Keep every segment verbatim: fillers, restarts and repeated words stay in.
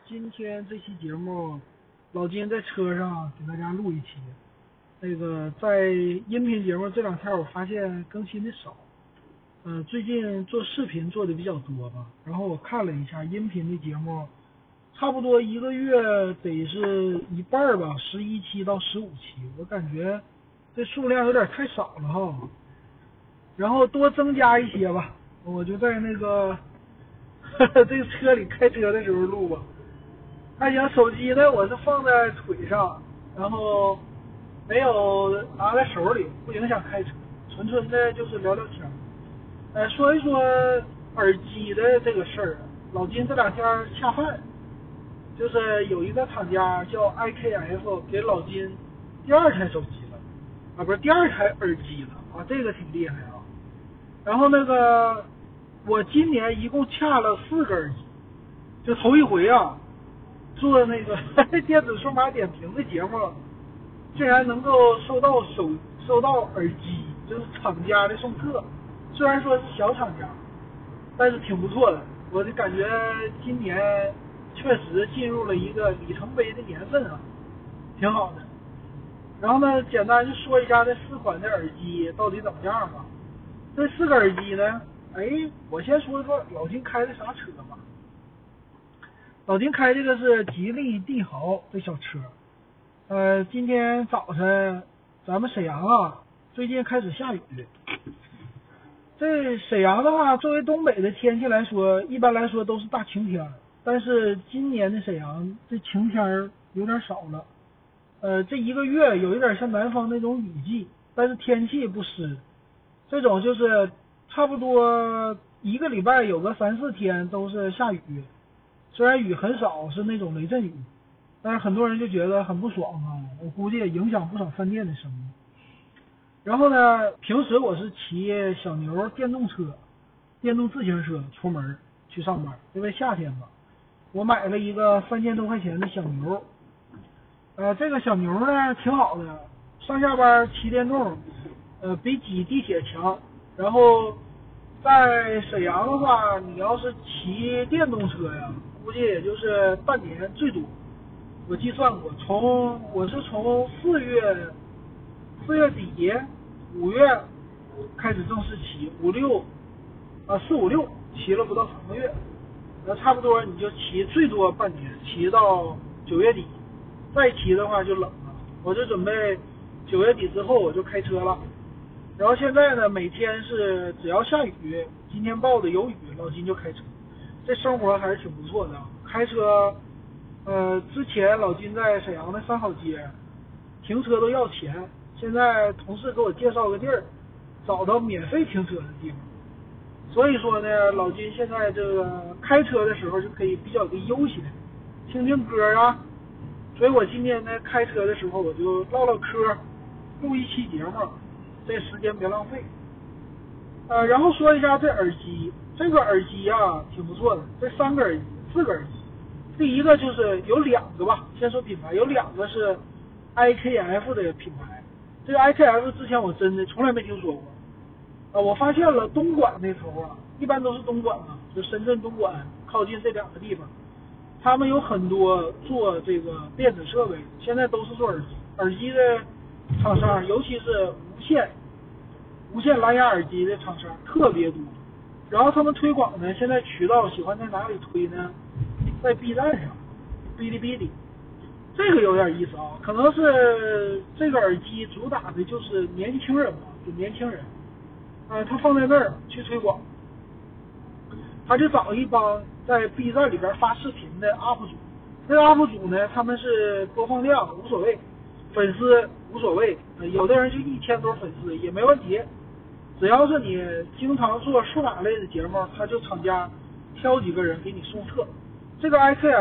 今天这期节目，老金在车上给大家录一期。那个在音频节目这两天我发现更新的少，呃，最近做视频做的比较多吧。然后我看了一下音频的节目，差不多一个月得是一半吧，十一期到十五期，我感觉这数量有点太少了哈。然后多增加一些吧，我就在那个呵呵这个车里开车的时候录吧。还行，手机呢我是放在腿上，然后没有拿在手里，不影响开车，纯纯的就是聊聊天。呃，说一说耳机的这个事儿，老金这两天恰饭，就是有一个厂家叫 I K F 给老金第二台手机了，啊不是第二台耳机了啊，这个挺厉害啊。然后那个我今年一共恰了四个耳机，就头一回啊。做那个电子数码点评的节目，竟然能够收到手收到耳机，就是厂家的送客，虽然说是小厂家，但是挺不错的。我就感觉今年确实进入了一个里程碑的年份啊，挺好的。然后呢，简单就说一下这四款的耳机到底怎么样吧。这四个耳机呢，哎，我先说说老金开的啥车吧。老金开这个是吉利帝豪这小车，呃，今天早晨咱们沈阳啊，最近开始下雨。这沈阳的话，作为东北的天气来说，一般来说都是大晴天，但是今年的沈阳这晴天有点少了。呃，这一个月有一点像南方那种雨季，但是天气不湿，这种就是差不多一个礼拜有个三四天都是下雨。虽然雨很少，是那种雷阵雨，但是很多人就觉得很不爽啊，我估计也影响不少饭店的生意。然后呢，平时我是骑小牛电动车、电动自行车出门去上班，因为夏天嘛，我买了一个三千多块钱的小牛，呃，这个小牛呢挺好的，上下班骑电动，呃，比挤地铁强。然后在沈阳的话，你要是骑电动车呀，估计也就是半年最多。我计算过，从我是从四月四月底五月开始正式骑，五六啊四五六骑了不到三个月，那差不多你就骑最多半年，骑到九月底，再骑的话就冷了。我就准备九月底之后我就开车了。然后现在呢，每天是只要下雨，今天报的有雨，老金就开车，这生活还是挺不错的。开车，呃，之前老金在沈阳的三好街停车都要钱，现在同事给我介绍个地儿，找到免费停车的地方。所以说呢，老金现在这个开车的时候就可以比较的悠闲，听听歌啊。所以我今天呢开车的时候我就唠唠嗑，录一期节目。这时间别浪费，呃，然后说一下这耳机，这个耳机啊挺不错的，这三个耳机，四个耳机，第一个就是有两个吧，先说品牌，有两个是 I K F 的品牌，这个 I K F 之前我真的从来没听说过，啊，我发现了东莞那头啊，一般都是东莞嘛，就深圳、东莞靠近这两个地方，他们有很多做这个电子设备，现在都是做耳机，耳机的厂商，尤其是无线。无线蓝牙耳机的厂商特别多，然后他们推广呢，现在渠道喜欢在哪里推呢？在 B 站上，哔哩哔哩，这个有点意思啊，可能是这个耳机主打的就是年轻人嘛，就年轻人，啊，他放在那儿去推广，他就找一帮在 B 站里边发视频的 U P 主，这个 U P 主呢，他们是播放量无所谓，粉丝无所谓，有的人就一千多粉丝也没问题。只要是你经常做数码类的节目，他就厂家挑几个人给你送测。这个 I K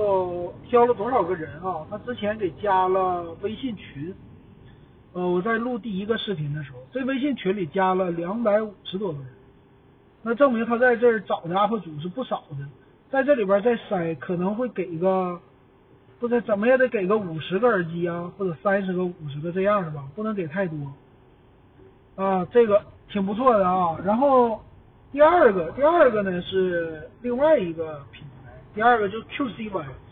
F 挑了多少个人啊？他之前给加了微信群，呃，我在录第一个视频的时候，这微信群里加了两百五十多个人，那证明他在这儿找的 U P 主是不少的，在这里边再筛，可能会给个，不是怎么也得给个五十个耳机啊，或者三十个、五十个这样的吧，不能给太多。啊，这个挺不错的啊。然后第二个，第二个呢是另外一个品牌，第二个就 Q C Y，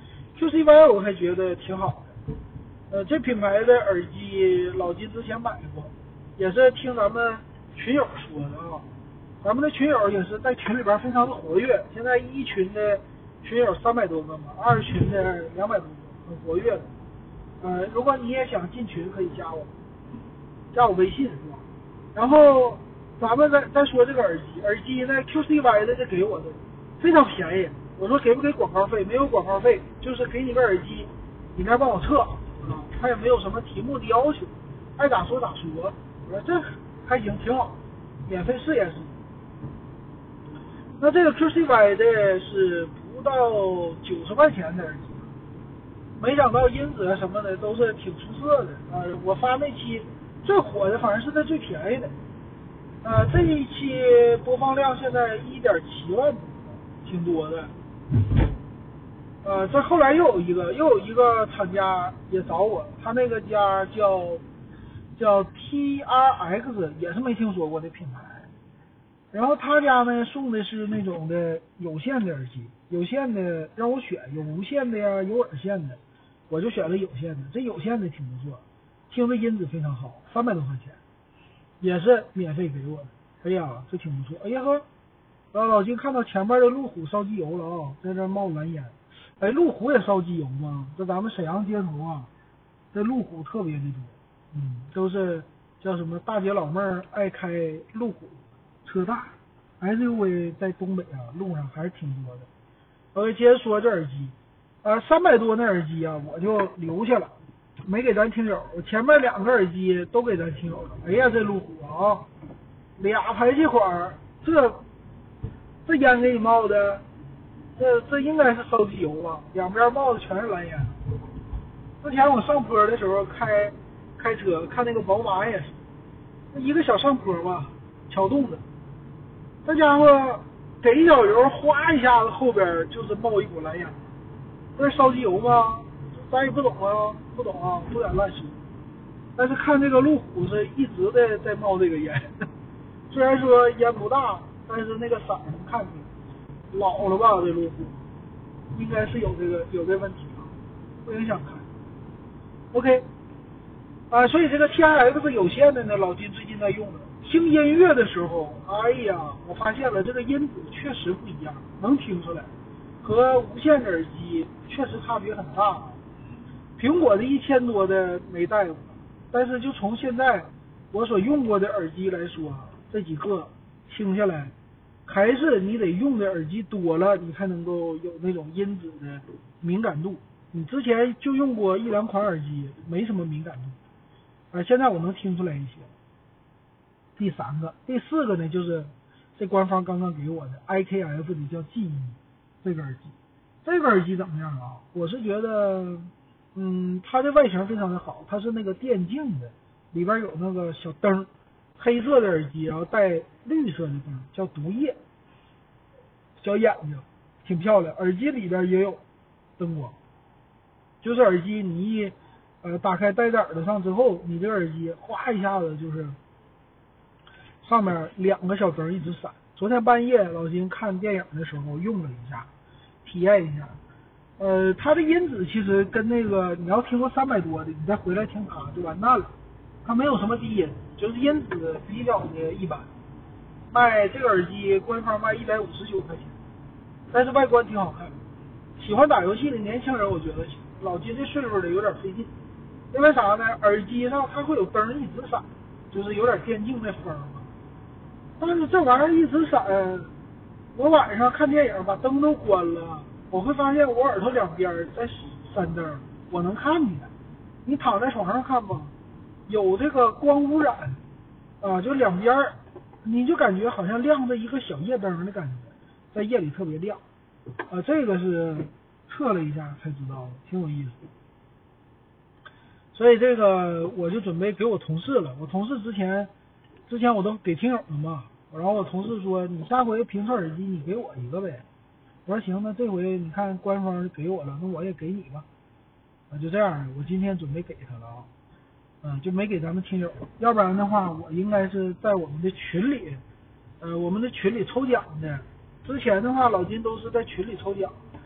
Q C Y 我还觉得挺好的，呃，这品牌的耳机老金之前买过，也是听咱们群友说的啊。咱们的群友也是在群里边非常的活跃，现在一群的群友三百多个嘛，二群的两百多个，很活跃的。呃，如果你也想进群，可以加我，加我微信是吧？然后咱们再再说这个耳机，耳机呢 Q C Y 的这给我的非常便宜，我说给不给广告费？没有广告费，就是给你个耳机，你那帮我测啊，他也没有什么题目的要求，爱咋说咋说。我说这还行，挺好，免费试验试。那这个 Q C Y 的是不到九十块钱的耳机，没想到音质什么的都是挺出色的啊、呃！我发那期最火的反而是在最便宜的，呃，这一期播放量现在一点七万，挺多的。呃，这后来又有一个又有一个厂家也找我，他那个家叫叫 T R X， 也是没听说过的品牌。然后他家呢送的是那种的有线的耳机，有线的让我选，有无线的呀，有耳线的，我就选了有线的。这有线的挺不错，听着音质非常好，三百多块钱，也是免费给我的。哎呀，这挺不错。哎呀呵，老老金看到前面的路虎烧机油了啊，在这冒蓝烟。哎，路虎也烧机油吗？这咱们沈阳街头啊，这路虎特别的多，嗯，都是叫什么大姐老妹儿爱开路虎。车大 S U V 在东北啊路上还是挺多的。我接着说这耳机啊，三百多那耳机啊我就留下了，没给咱听友。我前面两个耳机都给咱听友了。哎呀，这路虎啊，俩排气管，这这烟给你冒的，这这应该是烧机油吧？两边冒的全是蓝烟。之前我上坡的时候开开车看那个宝马也是，一个小上坡吧，桥洞的。这家伙给一脚油，哗一下子后边就是冒一股蓝烟，这是烧机油吗？咱也不懂啊，不懂啊，不敢乱说。但是看这个路虎是一直的在冒这个烟，虽然说烟不大，但是那个色能看出来，老了吧？这路虎应该是有这个有这问题啊，不影响看。OK， 啊，所以这个 T R X 有线的呢，老金最近在用的。听音乐的时候，哎呀，我发现了这个音质确实不一样，能听出来，和无线的耳机确实差别很大。苹果的一千多的没带过，但是就从现在我所用过的耳机来说，这几个听下来，还是你得用的耳机多了，你才能够有那种音质的敏感度。你之前就用过一两款耳机，没什么敏感度，啊，现在我能听出来一些。第三个，第四个呢，就是这官方刚刚给我的 I K F 的叫 G 一这个耳机，这个耳机怎么样啊？我是觉得，嗯，它的外形非常的好，它是那个电竞的，里边有那个小灯，黑色的耳机，然后带绿色的灯，叫毒液，小眼睛，挺漂亮。耳机里边也有灯光，就是耳机你一呃打开戴在耳朵上之后，你这耳机哗一下子就是上面两个小灯一直闪。昨天半夜老金看电影的时候用了一下，体验一下。呃，它的音质其实跟那个你要听过三百多的，你再回来听它就完蛋了。它没有什么低音，就是音质比较的一般。卖这个耳机官方卖一百五十九块钱，但是外观挺好看。喜欢打游戏的年轻人我觉得行，老金这岁数的有点费劲。因为啥呢？耳机上它会有灯一直闪，就是有点电竞那风嘛。但是这玩意儿一直闪，我晚上看电影把灯都关了，我会发现我耳朵两边在闪灯，我能看见。你躺在床上看吧，有这个光污染啊，就两边你就感觉好像亮着一个小夜灯的感觉，在夜里特别亮啊。这个是测了一下才知道的，挺有意思。所以这个我就准备给我同事了，我同事之前之前我都给听友了嘛，然后我同事说你下回评测耳机你给我一个呗，我说行，那这回你看官方给我了，那我也给你吧，啊就这样，我今天准备给他了啊，嗯就没给咱们听友，要不然的话我应该是在我们的群里，呃我们的群里抽奖的，之前的话老金都是在群里抽奖，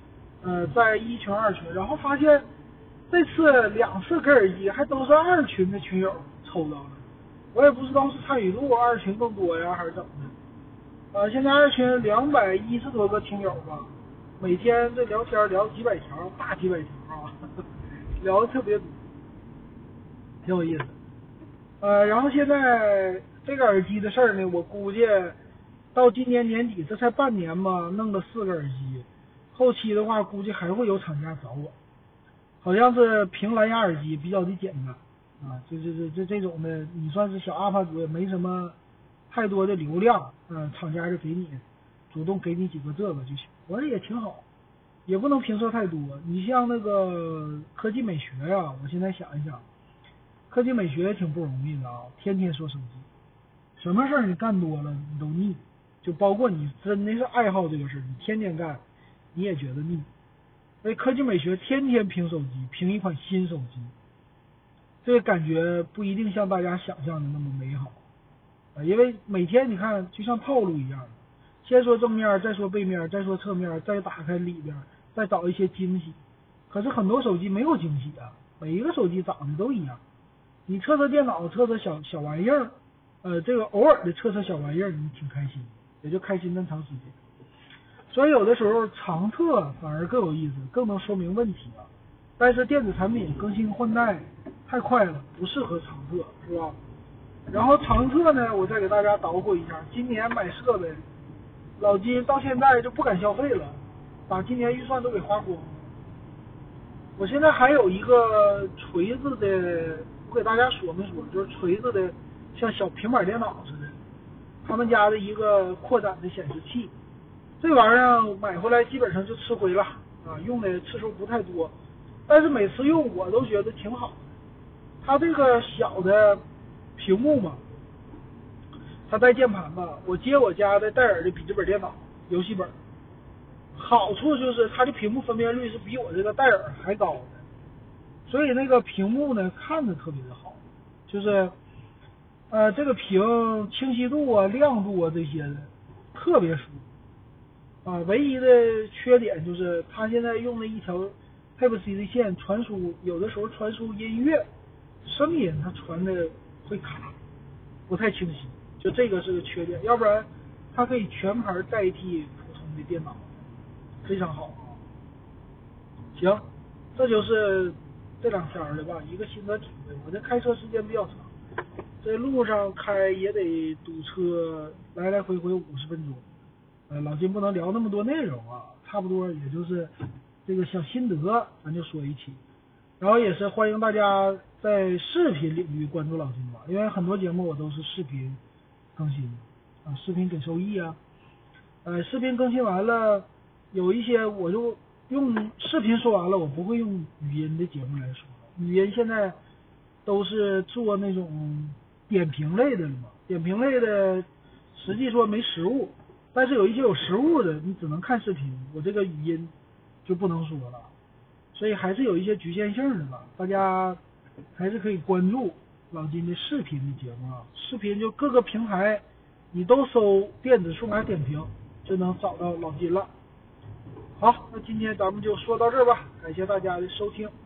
呃，在一群二群，然后发现这次两次跟耳机还都是二群的群友抽到了，我也不知道是参与度二群更多呀还是怎么的。呃，现在二群两百一十多个听友吧，每天这聊天聊几百条，大几百条啊，聊的特别多，挺有意思。呃，然后现在这个耳机的事儿呢，我估计到今年年底，这才半年嘛，弄了四个耳机，后期的话估计还会有厂家找我，好像是平蓝牙耳机比较的简单啊，这这这这这种的，你算是小 U P 主也没什么太多的流量，嗯、呃，厂家就给你主动给你几个这个就行，我说也挺好，也不能评测太多。你像那个科技美学呀、啊，我现在想一想，科技美学也挺不容易的啊，天天说手机，什么事儿你干多了你都腻，就包括你真的是爱好这个事儿，你天天干你也觉得腻。所以科技美学天天评手机，评一款新手机，这个感觉不一定像大家想象的那么美好啊，因为每天你看就像套路一样，先说正面，再说背面，再说侧面，再打开里边，再找一些惊喜。可是很多手机没有惊喜啊，每一个手机长得都一样。你测测电脑，测测小小玩意儿，呃，这个偶尔的测测小玩意儿，你挺开心，也就开心那么长时间。所以有的时候长测反而更有意思，更能说明问题啊。但是电子产品更新换代太快了，不适合长测，是吧？然后长测呢，我再给大家捣鼓一下，今年买设备，老金到现在就不敢消费了，把今年预算都给花光。我现在还有一个锤子的，我给大家说没说，就是锤子的，像小平板电脑似的，他们家的一个扩展的显示器。这玩意儿买回来基本上就吃灰了啊，用的次数不太多，但是每次用我都觉得挺好的。它这个小的屏幕嘛，它带键盘吧，我接我家的戴尔的笔记本电脑游戏本，好处就是它的屏幕分辨率是比我这个戴尔还高的，所以那个屏幕呢看着特别的好，就是呃这个屏清晰度啊、亮度啊这些的特别舒服。啊，唯一的缺点就是它现在用的一条 Type C 的线传输，有的时候传输音乐声音它传的会卡，不太清晰，就这个是个缺点，要不然它可以全盘代替普通的电脑，非常好。行，这就是这两天的吧，一个心得体会。我这开车时间比较长，在路上开也得堵车，来来回回五十分钟。呃，老金不能聊那么多内容啊，差不多也就是这个小心得，咱就说一期。然后也是欢迎大家在视频领域关注老金吧，因为很多节目我都是视频更新啊，视频给收益啊。呃，视频更新完了，有一些我就用视频说完了，我不会用语音的节目来说。语音现在都是做那种点评类的了嘛，点评类的实际说没实物。但是有一些有实物的，你只能看视频，我这个语音就不能说了，所以还是有一些局限性的吧。大家还是可以关注老金的视频的节目啊，视频就各个平台你都搜电子数码点评就能找到老金了。好，那今天咱们就说到这儿吧，感谢大家的收听。